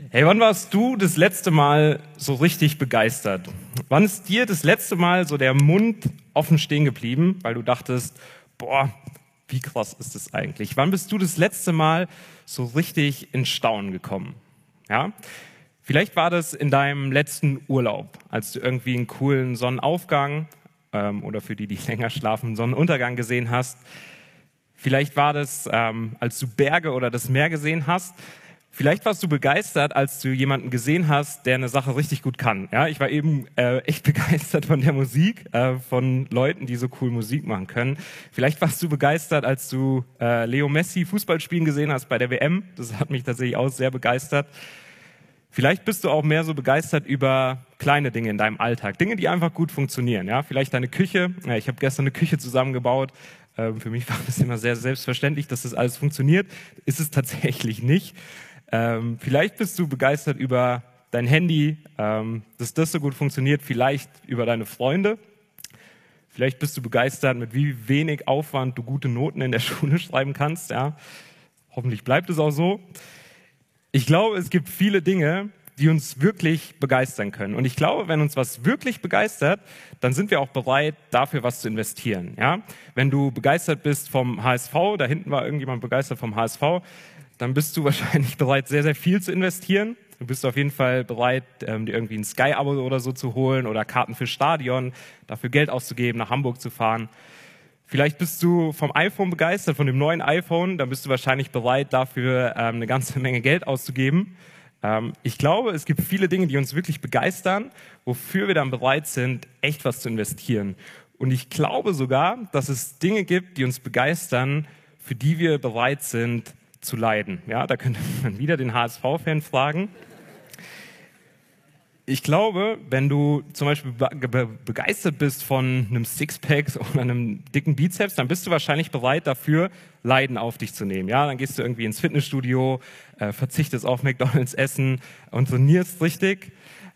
Hey, wann warst du das letzte Mal so richtig begeistert? Wann ist dir das letzte Mal so der Mund offen stehen geblieben, weil du dachtest, boah, wie krass ist das eigentlich? Wann bist du das letzte Mal so richtig in Staunen gekommen? Ja? Vielleicht war das in deinem letzten Urlaub, als du irgendwie einen coolen Sonnenaufgang oder für die, die länger schlafen, Sonnenuntergang gesehen hast. Vielleicht war das, als du Berge oder das Meer gesehen hast. Vielleicht warst du begeistert, als du jemanden gesehen hast, der eine Sache richtig gut kann. Ja, ich war eben echt begeistert von der Musik, von Leuten, die so cool Musik machen können. Vielleicht warst du begeistert, als du Leo Messi Fußball spielen gesehen hast bei der WM. Das hat mich tatsächlich auch sehr begeistert. Vielleicht bist du auch mehr so begeistert über kleine Dinge in deinem Alltag. Dinge, die einfach gut funktionieren. Ja, vielleicht deine Küche. Ja, ich habe gestern eine Küche zusammengebaut. Für mich war das immer sehr selbstverständlich, dass das alles funktioniert. Ist es tatsächlich nicht. Vielleicht bist du begeistert über dein Handy, dass das so gut funktioniert. Vielleicht über deine Freunde. Vielleicht bist du begeistert, mit wie wenig Aufwand du gute Noten in der Schule schreiben kannst. Ja, hoffentlich bleibt es auch so. Ich glaube, es gibt viele Dinge, die uns wirklich begeistern können. Und ich glaube, wenn uns was wirklich begeistert, dann sind wir auch bereit, dafür was zu investieren. Ja? Wenn du begeistert bist vom HSV, da hinten war irgendjemand begeistert vom HSV, dann bist du wahrscheinlich bereit, sehr, sehr viel zu investieren. Du bist auf jeden Fall bereit, dir irgendwie ein Sky-Abo oder so zu holen oder Karten für Stadion, dafür Geld auszugeben, nach Hamburg zu fahren. Vielleicht bist du vom iPhone begeistert, von dem neuen iPhone, dann bist du wahrscheinlich bereit, dafür eine ganze Menge Geld auszugeben. Ich glaube, es gibt viele Dinge, die uns wirklich begeistern, wofür wir dann bereit sind, echt was zu investieren. Und ich glaube sogar, dass es Dinge gibt, die uns begeistern, für die wir bereit sind zu leiden. Ja, da könnte man wieder den HSV-Fan fragen. Ich glaube, wenn du zum Beispiel begeistert bist von einem Sixpack oder einem dicken Bizeps, dann bist du wahrscheinlich bereit dafür, Leiden auf dich zu nehmen. Ja, dann gehst du irgendwie ins Fitnessstudio, verzichtest auf McDonald's Essen und trainierst richtig.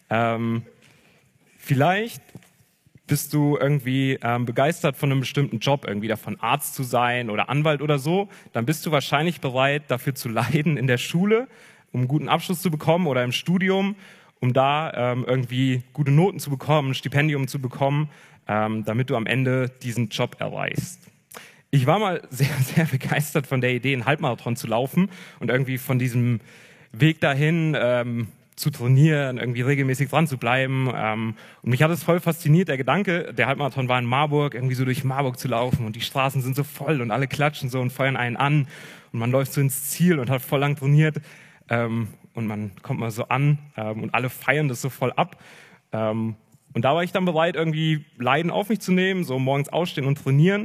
Vielleicht bist du irgendwie begeistert von einem bestimmten Job, irgendwie davon Arzt zu sein oder Anwalt oder so, dann bist du wahrscheinlich bereit, dafür zu leiden in der Schule, um einen guten Abschluss zu bekommen oder im Studium, um da irgendwie gute Noten zu bekommen, ein Stipendium zu bekommen, damit du am Ende diesen Job erreichst. Ich war mal sehr, sehr begeistert von der Idee, einen Halbmarathon zu laufen und irgendwie von diesem Weg dahin zu trainieren, irgendwie regelmäßig dran zu bleiben. Und mich hat es voll fasziniert, der Gedanke, der Halbmarathon war in Marburg, irgendwie so durch Marburg zu laufen und die Straßen sind so voll und alle klatschen so und feuern einen an und man läuft so ins Ziel und hat voll lang trainiert und man kommt mal so an und alle feiern das so voll ab. Und da war ich dann bereit, irgendwie Leiden auf mich zu nehmen, so morgens aufstehen und trainieren.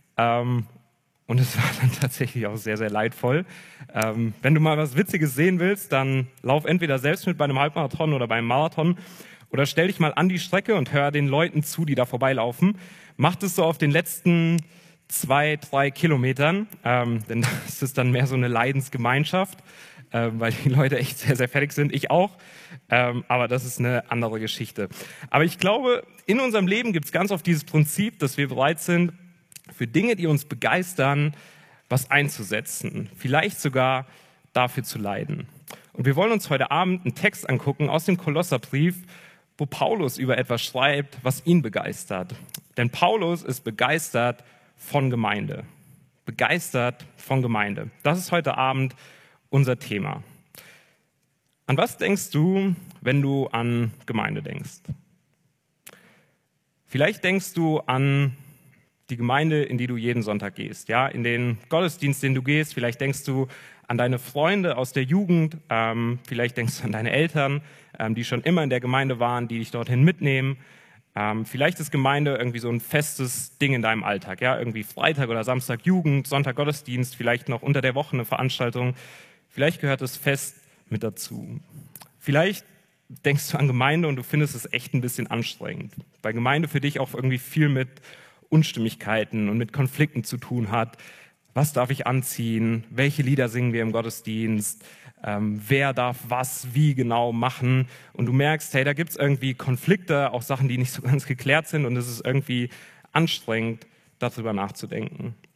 Und es war dann tatsächlich auch sehr, sehr leidvoll. Wenn du mal was Witziges sehen willst, dann lauf entweder selbst mit bei einem Halbmarathon oder beim Marathon oder stell dich mal an die Strecke und hör den Leuten zu, die da vorbeilaufen. Mach das so auf den letzten 2-3 Kilometern, denn das ist dann mehr so eine Leidensgemeinschaft, weil die Leute echt sehr, sehr fertig sind. Ich auch, aber das ist eine andere Geschichte. Aber ich glaube, in unserem Leben gibt es ganz oft dieses Prinzip, dass wir bereit sind, für Dinge, die uns begeistern, was einzusetzen. Vielleicht sogar dafür zu leiden. Und wir wollen uns heute Abend einen Text angucken aus dem Kolosserbrief, wo Paulus über etwas schreibt, was ihn begeistert. Denn Paulus ist begeistert von Gemeinde. Begeistert von Gemeinde. Das ist heute Abend unser Thema. An was denkst du, wenn du an Gemeinde denkst? Vielleicht denkst du an die Gemeinde, in die du jeden Sonntag gehst, ja, in den Gottesdienst, den du gehst. Vielleicht denkst du an deine Freunde aus der Jugend, vielleicht denkst du an deine Eltern, die schon immer in der Gemeinde waren, die dich dorthin mitnehmen. Vielleicht ist Gemeinde irgendwie so ein festes Ding in deinem Alltag, ja, irgendwie Freitag oder Samstag Jugend, Sonntag Gottesdienst, vielleicht noch unter der Woche eine Veranstaltung. Vielleicht gehört es fest mit dazu. Vielleicht denkst du an Gemeinde und du findest es echt ein bisschen anstrengend, weil Gemeinde für dich auch irgendwie viel mit Unstimmigkeiten und mit Konflikten zu tun hat. Was darf ich anziehen? Welche Lieder singen wir im Gottesdienst? Wer darf was wie genau machen? Und du merkst, hey, da gibt es irgendwie Konflikte, auch Sachen, die nicht so ganz geklärt sind und es ist irgendwie anstrengend, darüber nachzudenken.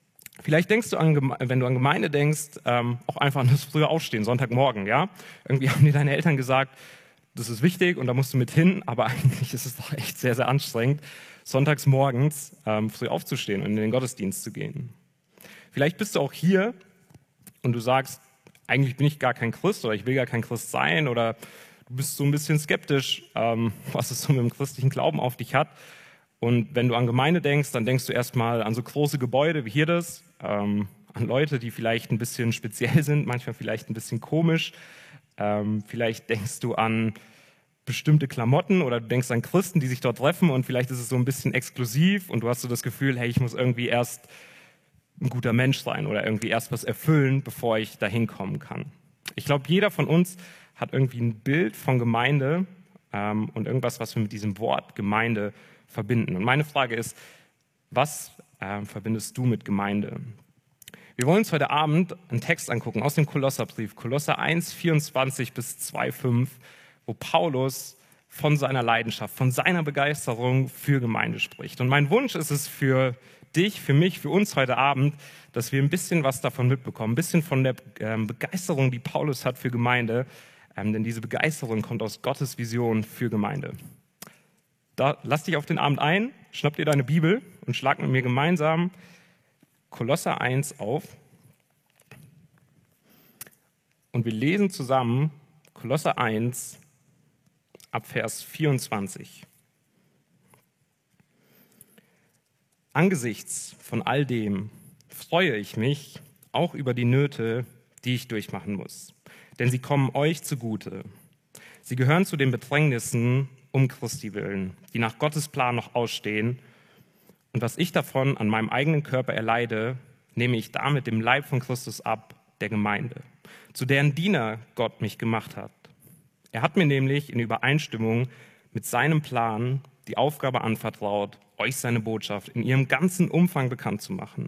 Vielleicht denkst du wenn du an Gemeinde denkst, auch einfach an das frühe Aufstehen, Sonntagmorgen, ja? Irgendwie haben dir deine Eltern gesagt, das ist wichtig und da musst du mit hin, aber eigentlich ist es doch echt sehr, sehr anstrengend, sonntags morgens früh aufzustehen und in den Gottesdienst zu gehen. Vielleicht bist du auch hier und du sagst, eigentlich bin ich gar kein Christ oder ich will gar kein Christ sein oder du bist so ein bisschen skeptisch, was es so mit dem christlichen Glauben auf dich hat. Und wenn du an Gemeinde denkst, dann denkst du erstmal an so große Gebäude wie hier das, an Leute, die vielleicht ein bisschen speziell sind, manchmal vielleicht ein bisschen komisch. Vielleicht denkst du an bestimmte Klamotten oder du denkst an Christen, die sich dort treffen und vielleicht ist es so ein bisschen exklusiv und du hast so das Gefühl, hey, ich muss irgendwie erst ein guter Mensch sein oder irgendwie erst was erfüllen, bevor ich da hinkommen kann. Ich glaube, jeder von uns hat irgendwie ein Bild von Gemeinde und irgendwas, was wir mit diesem Wort Gemeinde verbinden. Und meine Frage ist, was verbindest du mit Gemeinde? Wir wollen uns heute Abend einen Text angucken aus dem Kolosserbrief, Kolosser 1, 24 bis 2, 5, wo Paulus von seiner Leidenschaft, von seiner Begeisterung für Gemeinde spricht. Und mein Wunsch ist es für dich, für mich, für uns heute Abend, dass wir ein bisschen was davon mitbekommen, ein bisschen von der Begeisterung, die Paulus hat für Gemeinde, denn diese Begeisterung kommt aus Gottes Vision für Gemeinde. Lass dich auf den Abend ein, schnapp dir deine Bibel und schlag mit mir gemeinsam Kolosser 1 auf. Und wir lesen zusammen Kolosser 1 ab Vers 24. Angesichts von all dem freue ich mich auch über die Nöte, die ich durchmachen muss. Denn sie kommen euch zugute. Sie gehören zu den Bedrängnissen um Christi willen, die nach Gottes Plan noch ausstehen. Und was ich davon an meinem eigenen Körper erleide, nehme ich damit dem Leib von Christus ab, der Gemeinde, zu deren Diener Gott mich gemacht hat. Er hat mir nämlich in Übereinstimmung mit seinem Plan die Aufgabe anvertraut, euch seine Botschaft in ihrem ganzen Umfang bekannt zu machen.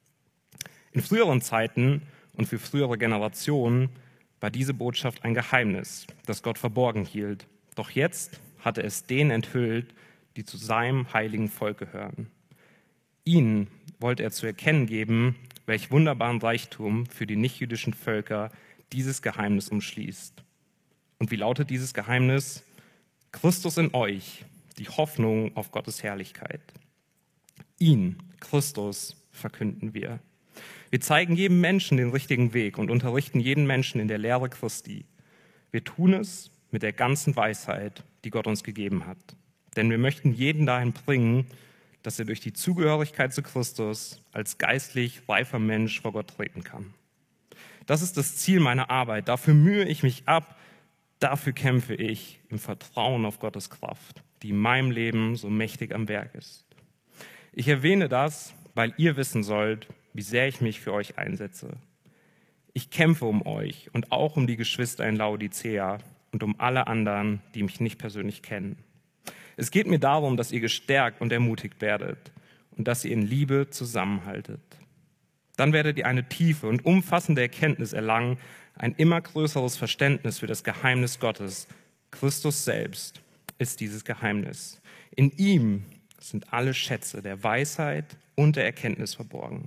In früheren Zeiten und für frühere Generationen war diese Botschaft ein Geheimnis, das Gott verborgen hielt. Doch jetzt hatte es denen enthüllt, die zu seinem heiligen Volk gehören. Ihnen wollte er zu erkennen geben, welch wunderbaren Reichtum für die nichtjüdischen Völker dieses Geheimnis umschließt. Und wie lautet dieses Geheimnis? Christus in euch, die Hoffnung auf Gottes Herrlichkeit. Ihn, Christus, verkünden wir. Wir zeigen jedem Menschen den richtigen Weg und unterrichten jeden Menschen in der Lehre Christi. Wir tun es mit der ganzen Weisheit, die Gott uns gegeben hat. Denn wir möchten jeden dahin bringen, dass er durch die Zugehörigkeit zu Christus als geistlich reifer Mensch vor Gott treten kann. Das ist das Ziel meiner Arbeit. Dafür mühe ich mich ab. Dafür kämpfe ich im Vertrauen auf Gottes Kraft, die in meinem Leben so mächtig am Werk ist. Ich erwähne das, weil ihr wissen sollt, wie sehr ich mich für euch einsetze. Ich kämpfe um euch und auch um die Geschwister in Laodicea und um alle anderen, die mich nicht persönlich kennen. Es geht mir darum, dass ihr gestärkt und ermutigt werdet und dass ihr in Liebe zusammenhaltet. Dann werdet ihr eine tiefe und umfassende Erkenntnis erlangen, ein immer größeres Verständnis für das Geheimnis Gottes. Christus selbst ist dieses Geheimnis. In ihm sind alle Schätze der Weisheit und der Erkenntnis verborgen.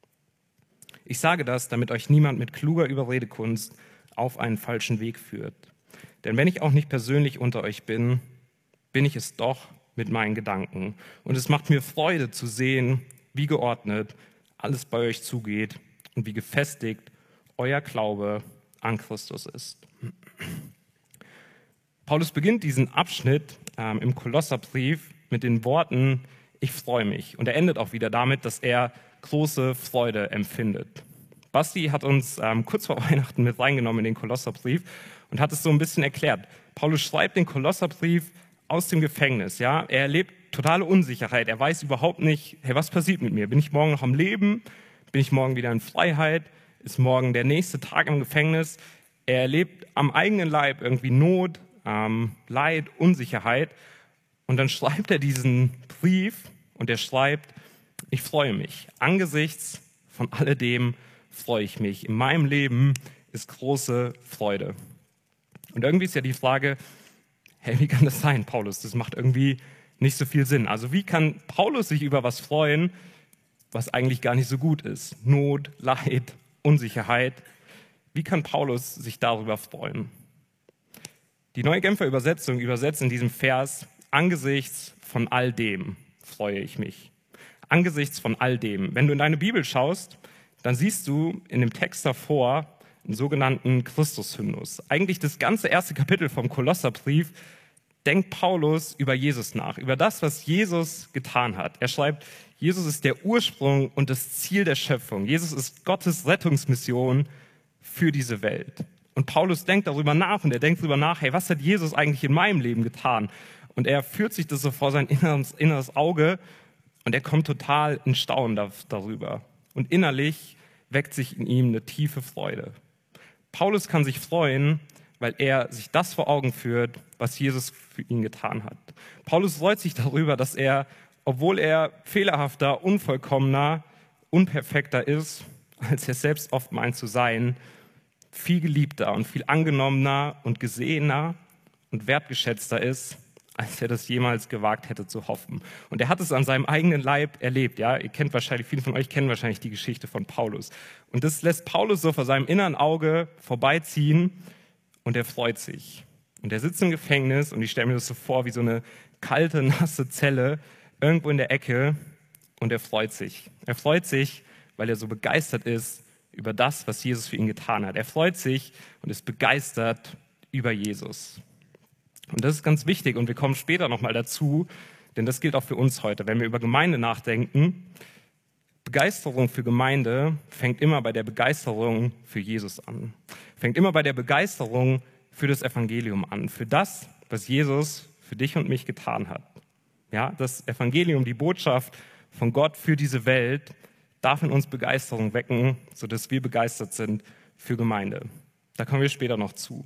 Ich sage das, damit euch niemand mit kluger Überredekunst auf einen falschen Weg führt. Denn wenn ich auch nicht persönlich unter euch bin, bin ich es doch mit meinen Gedanken. Und es macht mir Freude zu sehen, wie geordnet alles bei euch zugeht und wie gefestigt euer Glaube an Christus ist. Paulus beginnt diesen Abschnitt im Kolosserbrief mit den Worten, ich freue mich. Und er endet auch wieder damit, dass er große Freude empfindet. Basti hat uns kurz vor Weihnachten mit reingenommen in den Kolosserbrief und hat es so ein bisschen erklärt. Paulus schreibt den Kolosserbrief aus dem Gefängnis. Ja? Er erlebt totale Unsicherheit. Er weiß überhaupt nicht, hey, was passiert mit mir? Bin ich morgen noch am Leben? Bin ich morgen wieder in Freiheit? Ist morgen der nächste Tag im Gefängnis? Er erlebt am eigenen Leib irgendwie Not, Leid, Unsicherheit. Und dann schreibt er diesen Brief und er schreibt, ich freue mich. Angesichts von alledem freue ich mich. In meinem Leben ist große Freude. Und irgendwie ist ja die Frage, hey, wie kann das sein, Paulus? Das macht irgendwie nicht so viel Sinn. Also wie kann Paulus sich über was freuen, was eigentlich gar nicht so gut ist. Not, Leid, Unsicherheit. Wie kann Paulus sich darüber freuen? Die Neue Genfer Übersetzung übersetzt in diesem Vers: Angesichts von all dem freue ich mich. Angesichts von all dem. Wenn du in deine Bibel schaust, dann siehst du in dem Text davor einen sogenannten Christus-Hymnus. Eigentlich das ganze erste Kapitel vom Kolosserbrief denkt Paulus über Jesus nach, über das, was Jesus getan hat. Er schreibt, Jesus ist der Ursprung und das Ziel der Schöpfung. Jesus ist Gottes Rettungsmission für diese Welt. Und Paulus denkt darüber nach und er denkt darüber nach, hey, was hat Jesus eigentlich in meinem Leben getan? Und er führt sich das so vor sein inneres Auge und er kommt total in Staunen darüber. Und innerlich weckt sich in ihm eine tiefe Freude. Paulus kann sich freuen, weil er sich das vor Augen führt, was Jesus für ihn getan hat. Paulus freut sich darüber, dass er, obwohl er fehlerhafter, unvollkommener, unperfekter ist, als er selbst oft meint zu sein, viel geliebter und viel angenommener und gesehener und wertgeschätzter ist, als er das jemals gewagt hätte zu hoffen. Und er hat es an seinem eigenen Leib erlebt. Ja? Viele von euch kennen wahrscheinlich die Geschichte von Paulus. Und das lässt Paulus so vor seinem inneren Auge vorbeiziehen und er freut sich. Und er sitzt im Gefängnis und ich stelle mir das so vor wie so eine kalte, nasse Zelle irgendwo in der Ecke und er freut sich. Er freut sich, weil er so begeistert ist über das, was Jesus für ihn getan hat. Er freut sich und ist begeistert über Jesus. Und das ist ganz wichtig und wir kommen später nochmal dazu, denn das gilt auch für uns heute. Wenn wir über Gemeinde nachdenken, Begeisterung für Gemeinde fängt immer bei der Begeisterung für Jesus an. Fängt immer bei der Begeisterung für das Evangelium an, für das, was Jesus für dich und mich getan hat. Ja, das Evangelium, die Botschaft von Gott für diese Welt, darf in uns Begeisterung wecken, sodass wir begeistert sind für Gemeinde. Da kommen wir später noch zu.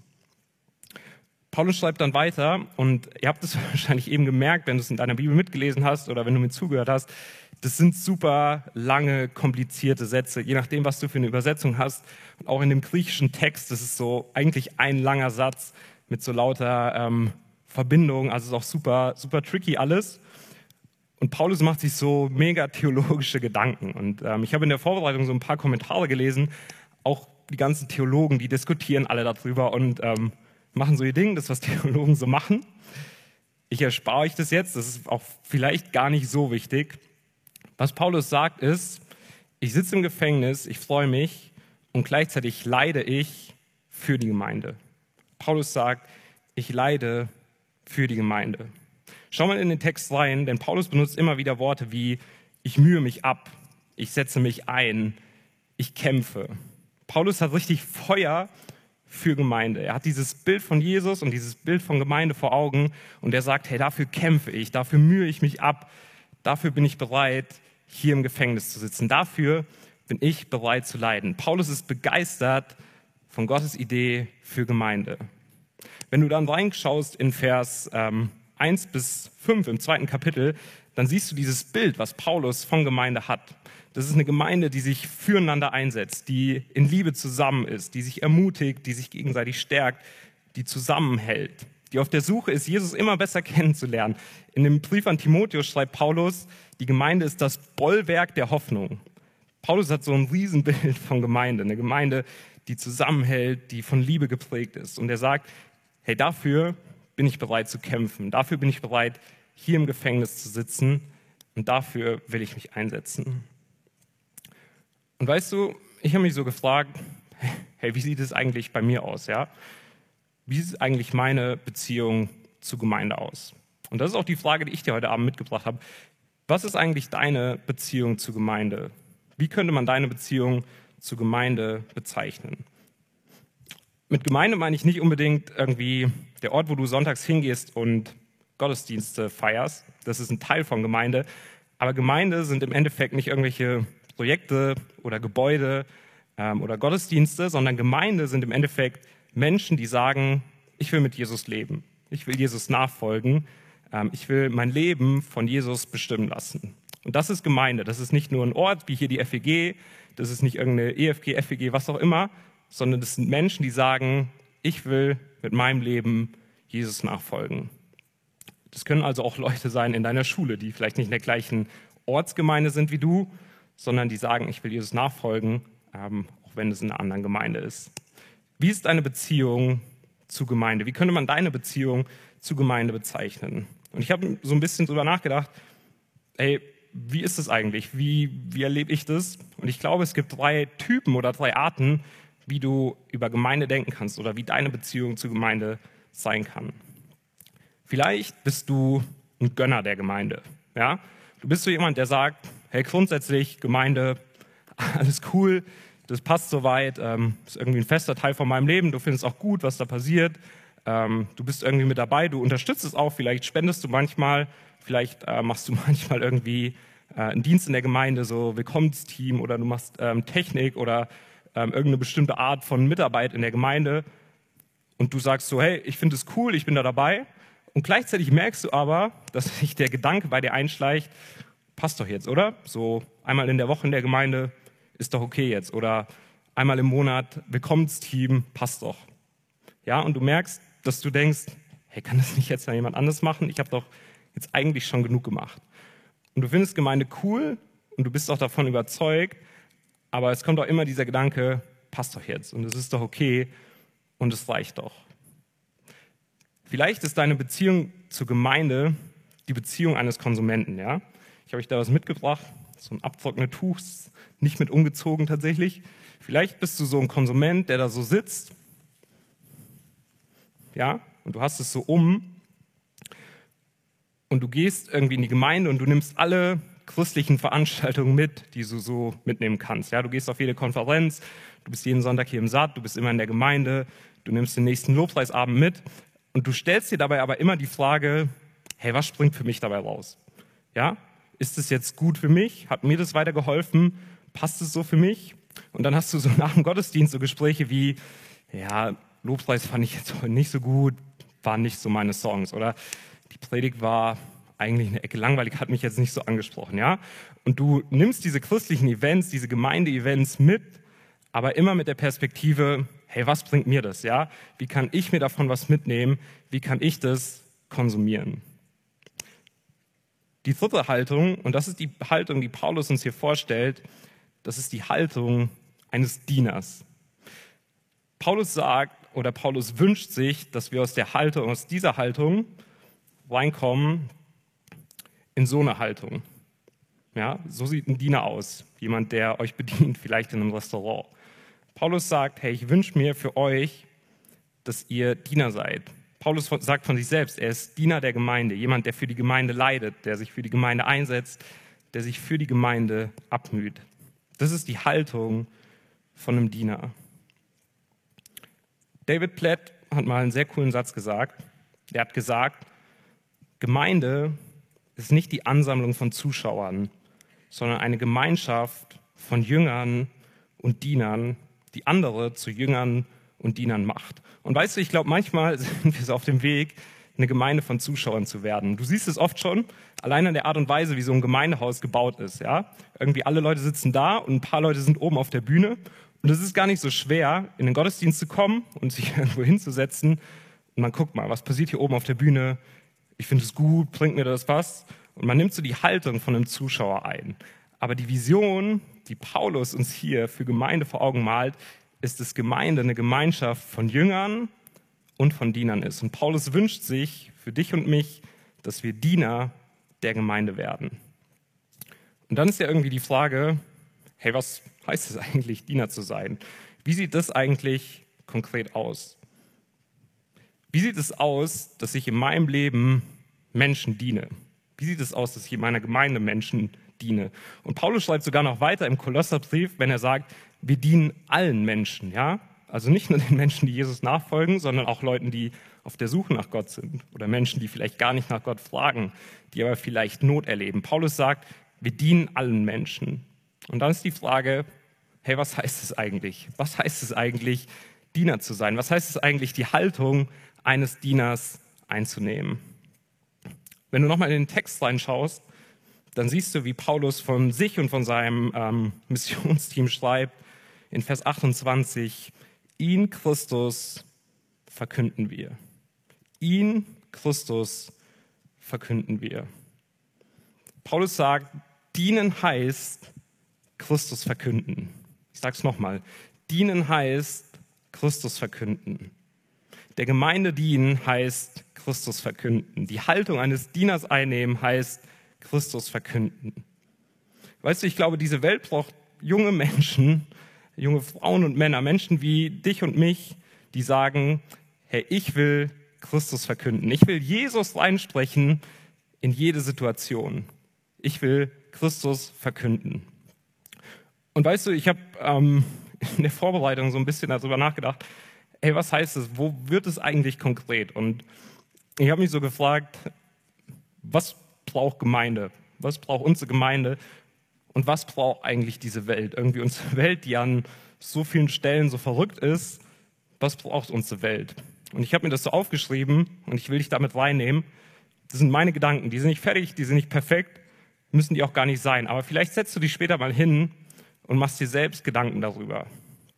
Paulus schreibt dann weiter, und ihr habt es wahrscheinlich eben gemerkt, wenn du es in deiner Bibel mitgelesen hast oder wenn du mir zugehört hast, das sind super lange, komplizierte Sätze, je nachdem, was du für eine Übersetzung hast. Und auch in dem griechischen Text, das ist so eigentlich ein langer Satz mit so lauter Verbindungen, also ist auch super, super tricky alles. Und Paulus macht sich so mega theologische Gedanken. Und ich habe in der Vorbereitung so ein paar Kommentare gelesen, auch die ganzen Theologen, die diskutieren alle darüber und machen so ihr Ding, das, was Theologen so machen. Ich erspare euch das jetzt, das ist auch vielleicht gar nicht so wichtig. Was Paulus sagt ist, ich sitze im Gefängnis, ich freue mich und gleichzeitig leide ich für die Gemeinde. Paulus sagt, ich leide für die Gemeinde. Schau mal in den Text rein, denn Paulus benutzt immer wieder Worte wie, ich mühe mich ab, ich setze mich ein, ich kämpfe. Paulus hat richtig Feuer für Gemeinde. Er hat dieses Bild von Jesus und dieses Bild von Gemeinde vor Augen und er sagt, hey, dafür kämpfe ich, dafür mühe ich mich ab, dafür bin ich bereit, hier im Gefängnis zu sitzen. Dafür bin ich bereit zu leiden. Paulus ist begeistert von Gottes Idee für Gemeinde. Wenn du dann reinschaust in Vers 1 bis 5 im 2. Kapitel, dann siehst du dieses Bild, was Paulus von Gemeinde hat. Das ist eine Gemeinde, die sich füreinander einsetzt, die in Liebe zusammen ist, die sich ermutigt, die sich gegenseitig stärkt, die zusammenhält, die auf der Suche ist, Jesus immer besser kennenzulernen. In dem Brief an Timotheus schreibt Paulus, die Gemeinde ist das Bollwerk der Hoffnung. Paulus hat so ein Riesenbild von Gemeinde, eine Gemeinde, die zusammenhält, die von Liebe geprägt ist. Und er sagt, hey, dafür bin ich bereit zu kämpfen, dafür bin ich bereit, hier im Gefängnis zu sitzen und dafür will ich mich einsetzen. Und weißt du, ich habe mich so gefragt, hey, wie sieht es eigentlich bei mir aus, ja? Wie sieht eigentlich meine Beziehung zur Gemeinde aus? Und das ist auch die Frage, die ich dir heute Abend mitgebracht habe. Was ist eigentlich deine Beziehung zur Gemeinde? Wie könnte man deine Beziehung zur Gemeinde bezeichnen? Mit Gemeinde meine ich nicht unbedingt irgendwie der Ort, wo du sonntags hingehst und Gottesdienste feierst. Das ist ein Teil von Gemeinde. Aber Gemeinde sind im Endeffekt nicht irgendwelche Projekte oder Gebäude oder Gottesdienste, sondern Gemeinde sind im Endeffekt Menschen, die sagen, ich will mit Jesus leben. Ich will Jesus nachfolgen. Ich will mein Leben von Jesus bestimmen lassen. Und das ist Gemeinde. Das ist nicht nur ein Ort wie hier die FEG, das ist nicht irgendeine EFG, FEG, was auch immer, sondern das sind Menschen, die sagen, ich will mit meinem Leben Jesus nachfolgen. Das können also auch Leute sein in deiner Schule, die vielleicht nicht in der gleichen Ortsgemeinde sind wie du, sondern die sagen, ich will Jesus nachfolgen, auch wenn es in einer anderen Gemeinde ist. Wie ist deine Beziehung zu Gemeinde? Wie könnte man deine Beziehung zu Gemeinde bezeichnen? Und ich habe so ein bisschen drüber nachgedacht, wie ist das eigentlich? Wie erlebe ich das? Und ich glaube, es gibt 3 Typen oder 3 Arten, wie du über Gemeinde denken kannst oder wie deine Beziehung zur Gemeinde sein kann. Vielleicht bist du ein Gönner der Gemeinde. Ja? Du bist so jemand, der sagt, hey, grundsätzlich Gemeinde, alles cool, das passt soweit, ist irgendwie ein fester Teil von meinem Leben, du findest auch gut, was da passiert, du bist irgendwie mit dabei, du unterstützt es auch, vielleicht spendest du manchmal, vielleicht machst du manchmal irgendwie einen Dienst in der Gemeinde, so Willkommensteam oder du machst Technik oder irgendeine bestimmte Art von Mitarbeit in der Gemeinde und du sagst so, hey, ich finde es cool, ich bin da dabei und gleichzeitig merkst du aber, dass sich der Gedanke bei dir einschleicht, passt doch jetzt, oder? So einmal in der Woche in der Gemeinde ist doch okay jetzt oder einmal im Monat Willkommensteam, passt doch. Ja, und du merkst, dass du denkst, hey, kann das nicht jetzt mal jemand anderes machen? Ich habe doch jetzt eigentlich schon genug gemacht. Und du findest Gemeinde cool und du bist auch davon überzeugt, aber es kommt auch immer dieser Gedanke, passt doch jetzt und es ist doch okay und es reicht doch. Vielleicht ist deine Beziehung zur Gemeinde die Beziehung eines Konsumenten, ja? Ich habe euch da was mitgebracht, so ein Abtrocknetuch, nicht mit umgezogen tatsächlich. Vielleicht bist du so ein Konsument, der da so sitzt, ja, und du hast es so und du gehst irgendwie in die Gemeinde und du nimmst alle christlichen Veranstaltungen mit, die du so mitnehmen kannst. Ja, du gehst auf jede Konferenz, du bist jeden Sonntag hier im Saat, du bist immer in der Gemeinde, du nimmst den nächsten Lobpreisabend mit und du stellst dir dabei aber immer die Frage, hey, was springt für mich dabei raus? Ja, ist es jetzt gut für mich? Hat mir das weitergeholfen? Passt es so für mich? Und dann hast du so nach dem Gottesdienst so Gespräche wie, ja, Lobpreis fand ich jetzt heute nicht so gut, waren nicht so meine Songs. Oder die Predigt war eigentlich eine Ecke langweilig, hat mich jetzt nicht so angesprochen. Ja? Und du nimmst diese christlichen Events, diese Gemeinde-Events mit, aber immer mit der Perspektive, hey, was bringt mir das? Ja? Wie kann ich mir davon was mitnehmen? Wie kann ich das konsumieren? Die 3. Haltung, und das ist die Haltung, die Paulus uns hier vorstellt, das ist die Haltung eines Dieners. Paulus wünscht sich, dass wir aus dieser Haltung reinkommen in so eine Haltung. Ja, so sieht ein Diener aus, jemand, der euch bedient, vielleicht in einem Restaurant. Paulus sagt, hey, ich wünsche mir für euch, dass ihr Diener seid. Paulus sagt von sich selbst, er ist Diener der Gemeinde, jemand, der für die Gemeinde leidet, der sich für die Gemeinde einsetzt, der sich für die Gemeinde abmüht. Das ist die Haltung von einem Diener. David Platt hat mal einen sehr coolen Satz gesagt. Er hat gesagt, Gemeinde ist nicht die Ansammlung von Zuschauern, sondern eine Gemeinschaft von Jüngern und Dienern, die andere zu Jüngern und Dienern macht. Und weißt du, ich glaube, manchmal sind wir so auf dem Weg, eine Gemeinde von Zuschauern zu werden. Du siehst es oft schon, allein an der Art und Weise, wie so ein Gemeindehaus gebaut ist. Ja? Irgendwie alle Leute sitzen da und ein paar Leute sind oben auf der Bühne. Und es ist gar nicht so schwer, in den Gottesdienst zu kommen und sich irgendwo hinzusetzen. Und man guckt mal, was passiert hier oben auf der Bühne? Ich finde es gut, bringt mir das was? Und man nimmt so die Haltung von einem Zuschauer ein. Aber die Vision, die Paulus uns hier für Gemeinde vor Augen malt, ist, dass Gemeinde eine Gemeinschaft von Jüngern und von Dienern ist. Und Paulus wünscht sich für dich und mich, dass wir Diener der Gemeinde werden. Und dann ist ja irgendwie die Frage, hey, was heißt es eigentlich, Diener zu sein? Wie sieht das eigentlich konkret aus? Wie sieht es aus, dass ich in meinem Leben Menschen diene? Wie sieht es aus, dass ich in meiner Gemeinde Menschen diene? Und Paulus schreibt sogar noch weiter im Kolosserbrief, wenn er sagt, wir dienen allen Menschen, ja? Also nicht nur den Menschen, die Jesus nachfolgen, sondern auch Leuten, die auf der Suche nach Gott sind oder Menschen, die vielleicht gar nicht nach Gott fragen, die aber vielleicht Not erleben. Paulus sagt, wir dienen allen Menschen. Und dann ist die Frage, hey, was heißt es eigentlich? Was heißt es eigentlich, Diener zu sein? Was heißt es eigentlich, die Haltung eines Dieners einzunehmen? Wenn du nochmal in den Text reinschaust, dann siehst du, wie Paulus von sich und von seinem Missionsteam schreibt, in Vers 28, ihn, Christus, verkünden wir. Ihn, Christus, verkünden wir. Paulus sagt, dienen heißt, Christus verkünden. Ich sage es nochmal. Dienen heißt Christus verkünden. Der Gemeinde dienen heißt Christus verkünden. Die Haltung eines Dieners einnehmen heißt Christus verkünden. Weißt du, ich glaube, diese Welt braucht junge Menschen, junge Frauen und Männer, Menschen wie dich und mich, die sagen, hey, ich will Christus verkünden. Ich will Jesus reinsprechen in jede Situation. Ich will Christus verkünden. Und weißt du, ich habe in der Vorbereitung so ein bisschen darüber nachgedacht, hey, was heißt es? Wo wird es eigentlich konkret? Und ich habe mich so gefragt, was braucht Gemeinde? Was braucht unsere Gemeinde? Und was braucht eigentlich diese Welt? Irgendwie unsere Welt, die an so vielen Stellen so verrückt ist. Was braucht unsere Welt? Und ich habe mir das so aufgeschrieben und ich will dich damit reinnehmen. Das sind meine Gedanken. Die sind nicht fertig, die sind nicht perfekt, müssen die auch gar nicht sein. Aber vielleicht setzt du dich später mal hin und machst dir selbst Gedanken darüber.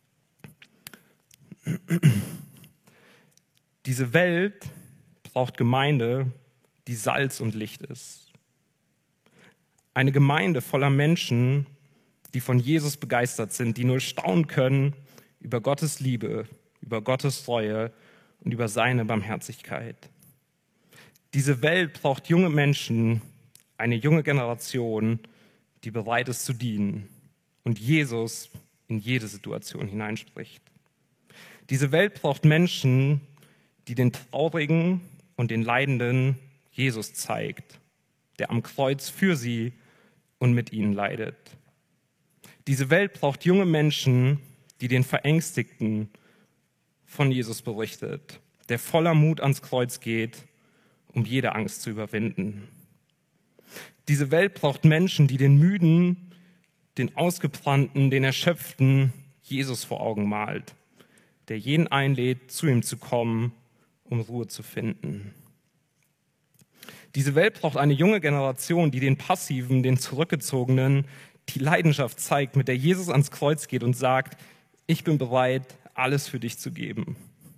Diese Welt braucht Gemeinde, die Salz und Licht ist. Eine Gemeinde voller Menschen, die von Jesus begeistert sind, die nur staunen können über Gottes Liebe, über Gottes Treue und über seine Barmherzigkeit. Diese Welt braucht junge Menschen, eine junge Generation, die bereit ist zu dienen und Jesus in jede Situation hineinspricht. Diese Welt braucht Menschen, die den Traurigen und den Leidenden Jesus zeigt, der am Kreuz für sie und mit ihnen leidet. Diese Welt braucht junge Menschen, die den Verängstigten von Jesus berichtet, der voller Mut ans Kreuz geht, um jede Angst zu überwinden. Diese Welt braucht Menschen, die den Müden, den Ausgebrannten, den Erschöpften Jesus vor Augen malt, der jeden einlädt, zu ihm zu kommen, um Ruhe zu finden. Diese Welt braucht eine junge Generation, die den Passiven, den Zurückgezogenen, die Leidenschaft zeigt, mit der Jesus ans Kreuz geht und sagt, ich bin bereit, alles für dich zu geben.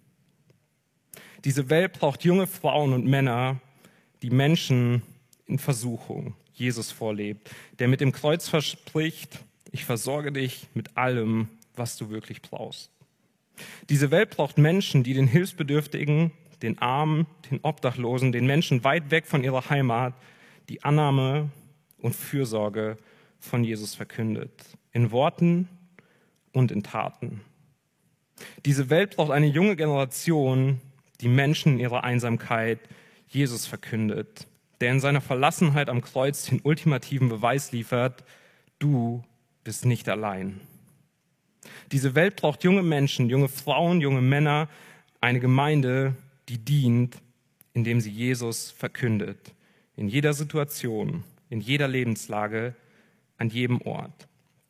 Diese Welt braucht junge Frauen und Männer, die Menschen in Versuchung Jesus vorlebt, der mit dem Kreuz verspricht, ich versorge dich mit allem, was du wirklich brauchst. Diese Welt braucht Menschen, die den Hilfsbedürftigen, den Armen, den Obdachlosen, den Menschen weit weg von ihrer Heimat, die Annahme und Fürsorge von Jesus verkündet, in Worten und in Taten. Diese Welt braucht eine junge Generation, die Menschen in ihrer Einsamkeit Jesus verkündet, der in seiner Verlassenheit am Kreuz den ultimativen Beweis liefert, du bist nicht allein. Diese Welt braucht junge Menschen, junge Frauen, junge Männer, eine Gemeinde, die dient, indem sie Jesus verkündet. In jeder Situation, in jeder Lebenslage, an jedem Ort.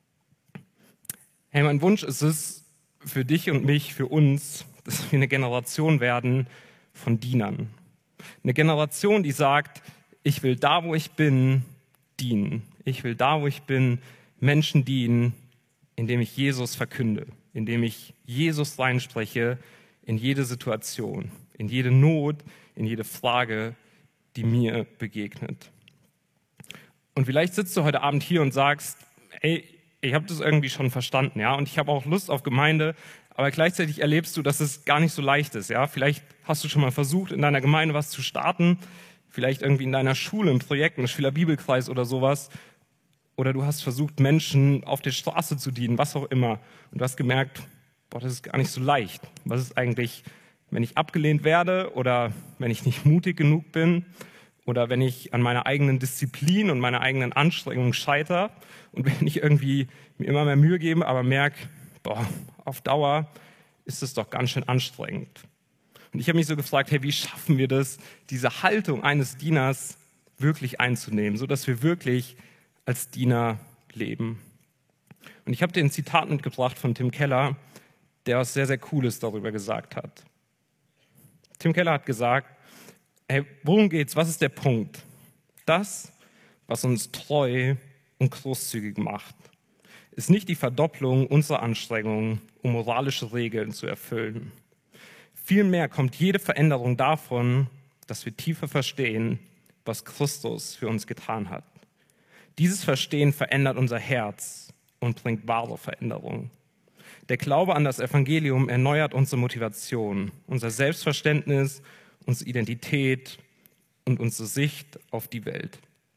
Hey, mein Wunsch ist es für dich und mich, für uns, dass wir eine Generation werden von Dienern. Eine Generation, die sagt, ich will da, wo ich bin, dienen. Ich will da, wo ich bin, Menschen dienen, indem ich Jesus verkünde, indem ich Jesus reinspreche in jede Situation, in jede Not, in jede Frage, die mir begegnet. Und vielleicht sitzt du heute Abend hier und sagst, ey, ich habe das irgendwie schon verstanden, ja, und ich habe auch Lust auf Gemeinde, aber gleichzeitig erlebst du, dass es gar nicht so leicht ist, ja. Vielleicht hast du schon mal versucht, in deiner Gemeinde was zu starten, vielleicht irgendwie in deiner Schule, im Projekt, im Schüler Bibelkreis oder sowas, oder du hast versucht, Menschen auf der Straße zu dienen, was auch immer, und du hast gemerkt, boah, das ist gar nicht so leicht. Was ist eigentlich, wenn ich abgelehnt werde oder wenn ich nicht mutig genug bin oder wenn ich an meiner eigenen Disziplin und meiner eigenen Anstrengung scheitere und wenn ich irgendwie mir immer mehr Mühe gebe, aber merke, boah, auf Dauer ist es doch ganz schön anstrengend. Und ich habe mich so gefragt, hey, wie schaffen wir das, diese Haltung eines Dieners wirklich einzunehmen, sodass wir wirklich als Diener leben. Und ich habe dir ein Zitat mitgebracht von Tim Keller, der was sehr, sehr Cooles darüber gesagt hat. Tim Keller hat gesagt, hey, worum geht's? Was ist der Punkt? Das, was uns treu und großzügig macht, ist nicht die Verdopplung unserer Anstrengungen, um moralische Regeln zu erfüllen. Vielmehr kommt jede Veränderung davon, dass wir tiefer verstehen, was Christus für uns getan hat. Dieses Verstehen verändert unser Herz, und bringt wahre Veränderung. Der Glaube an das Evangelium erneuert unsere Motivation, unser Selbstverständnis, unsere Identität und unsere Sicht auf die Welt.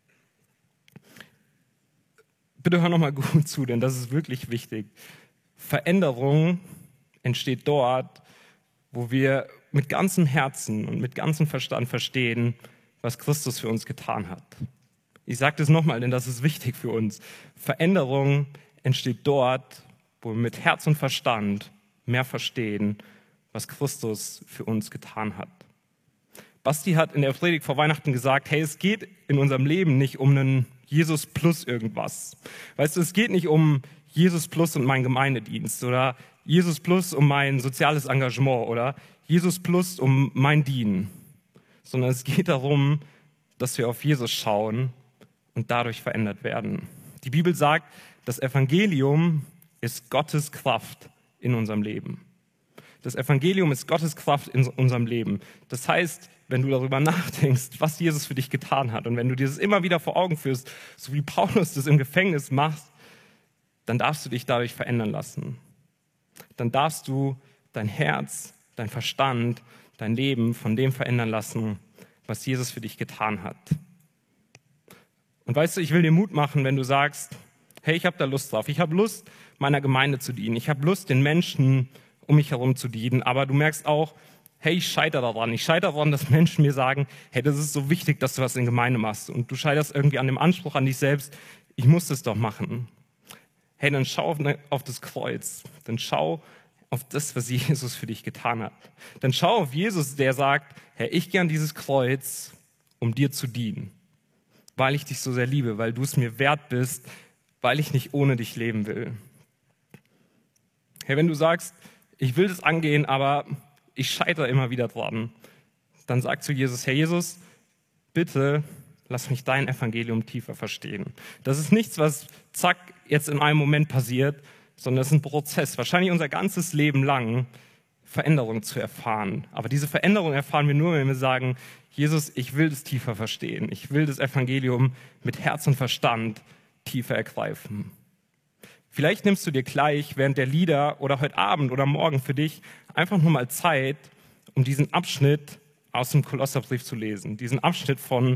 Bitte hör nochmal gut zu, denn das ist wirklich wichtig. Veränderung entsteht dort, wo wir mit ganzem Herzen und mit ganzem Verstand verstehen, was Christus für uns getan hat. Ich sage das nochmal, denn das ist wichtig für uns. Veränderung entsteht dort, wo wir mit Herz und Verstand mehr verstehen, was Christus für uns getan hat. Basti hat in der Predigt vor Weihnachten gesagt, hey, es geht in unserem Leben nicht um einen Jesus plus irgendwas. Weißt du, es geht nicht um Jesus plus und meinen Gemeindedienst oder Jesus plus um mein soziales Engagement oder Jesus plus um mein Dienen, sondern es geht darum, dass wir auf Jesus schauen und dadurch verändert werden. Die Bibel sagt, das Evangelium ist Gottes Kraft in unserem Leben. Das Evangelium ist Gottes Kraft in unserem Leben. Das heißt, wenn du darüber nachdenkst, was Jesus für dich getan hat und wenn du dir das immer wieder vor Augen führst, so wie Paulus das im Gefängnis macht, dann darfst du dich dadurch verändern lassen. Dann darfst du dein Herz, dein Verstand, dein Leben von dem verändern lassen, was Jesus für dich getan hat. Und weißt du, ich will dir Mut machen, wenn du sagst, hey, ich habe da Lust drauf. Ich habe Lust, meiner Gemeinde zu dienen. Ich habe Lust, den Menschen um mich herum zu dienen. Aber du merkst auch, hey, ich scheitere daran. Ich scheitere daran, dass Menschen mir sagen, hey, das ist so wichtig, dass du was in Gemeinde machst. Und du scheiterst irgendwie an dem Anspruch an dich selbst, ich muss das doch machen. Hey, dann schau auf das Kreuz. Dann schau auf das, was Jesus für dich getan hat. Dann schau auf Jesus, der sagt, hey, ich gehe an dieses Kreuz, um dir zu dienen. Weil ich dich so sehr liebe, weil du es mir wert bist, weil ich nicht ohne dich leben will. Hey, wenn du sagst, ich will das angehen, aber ich scheitere immer wieder dran, dann sag zu Jesus, Herr Jesus, bitte lass mich dein Evangelium tiefer verstehen. Das ist nichts, was zack, jetzt in einem Moment passiert, sondern das ist ein Prozess, wahrscheinlich unser ganzes Leben lang, Veränderung zu erfahren. Aber diese Veränderung erfahren wir nur, wenn wir sagen, Jesus, ich will das tiefer verstehen. Ich will das Evangelium mit Herz und Verstand tiefer ergreifen. Vielleicht nimmst du dir gleich während der Lieder oder heute Abend oder morgen für dich einfach nur mal Zeit, um diesen Abschnitt aus dem Kolosserbrief zu lesen. Diesen Abschnitt von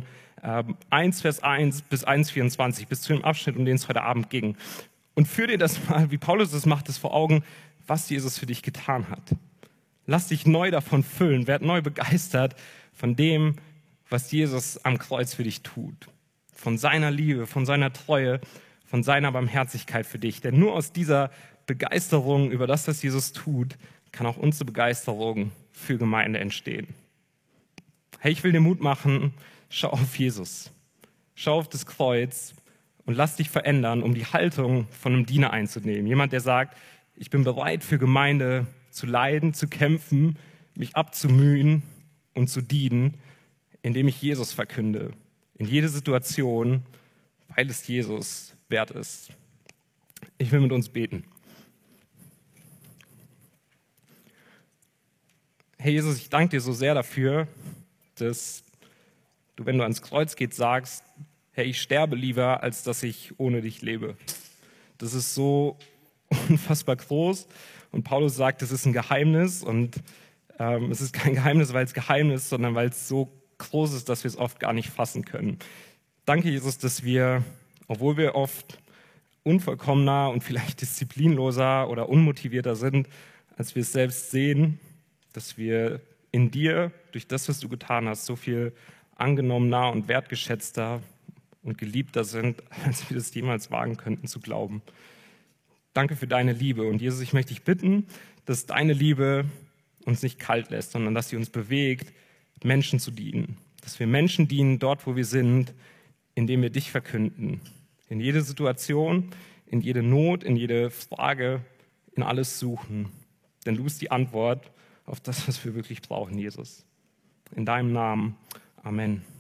1, Vers 1 bis 1,24, bis zu dem Abschnitt, um den es heute Abend ging. Und führ dir das mal, wie Paulus das macht, das vor Augen, was Jesus für dich getan hat. Lass dich neu davon füllen, werd neu begeistert von dem, was Jesus am Kreuz für dich tut. Von seiner Liebe, von seiner Treue, von seiner Barmherzigkeit für dich. Denn nur aus dieser Begeisterung über das, was Jesus tut, kann auch unsere Begeisterung für Gemeinde entstehen. Hey, ich will dir Mut machen, schau auf Jesus. Schau auf das Kreuz und lass dich verändern, um die Haltung von einem Diener einzunehmen. Jemand, der sagt, ich bin bereit für Gemeinde zu leiden, zu kämpfen, mich abzumühen und zu dienen, indem ich Jesus verkünde. In jede Situation, weil es Jesus wert ist. Ich will mit uns beten. Herr Jesus, ich danke dir so sehr dafür, dass du, wenn du ans Kreuz gehst, sagst, Herr, ich sterbe lieber, als dass ich ohne dich lebe. Das ist so unfassbar groß. Und Paulus sagt, es ist ein Geheimnis. Und es ist kein Geheimnis, weil es Geheimnis ist, sondern weil es so groß ist, dass wir es oft gar nicht fassen können. Danke, Jesus, dass wir, obwohl wir oft unvollkommener und vielleicht disziplinloser oder unmotivierter sind, als wir es selbst sehen, dass wir in dir, durch das, was du getan hast, so viel angenommener und wertgeschätzter und geliebter sind, als wir das jemals wagen könnten zu glauben. Danke für deine Liebe. Und Jesus, ich möchte dich bitten, dass deine Liebe uns nicht kalt lässt, sondern dass sie uns bewegt, Menschen zu dienen. Dass wir Menschen dienen dort, wo wir sind, indem wir dich verkünden. In jede Situation, in jede Not, in jede Frage, in alles suchen. Denn du bist die Antwort auf das, was wir wirklich brauchen, Jesus. In deinem Namen. Amen.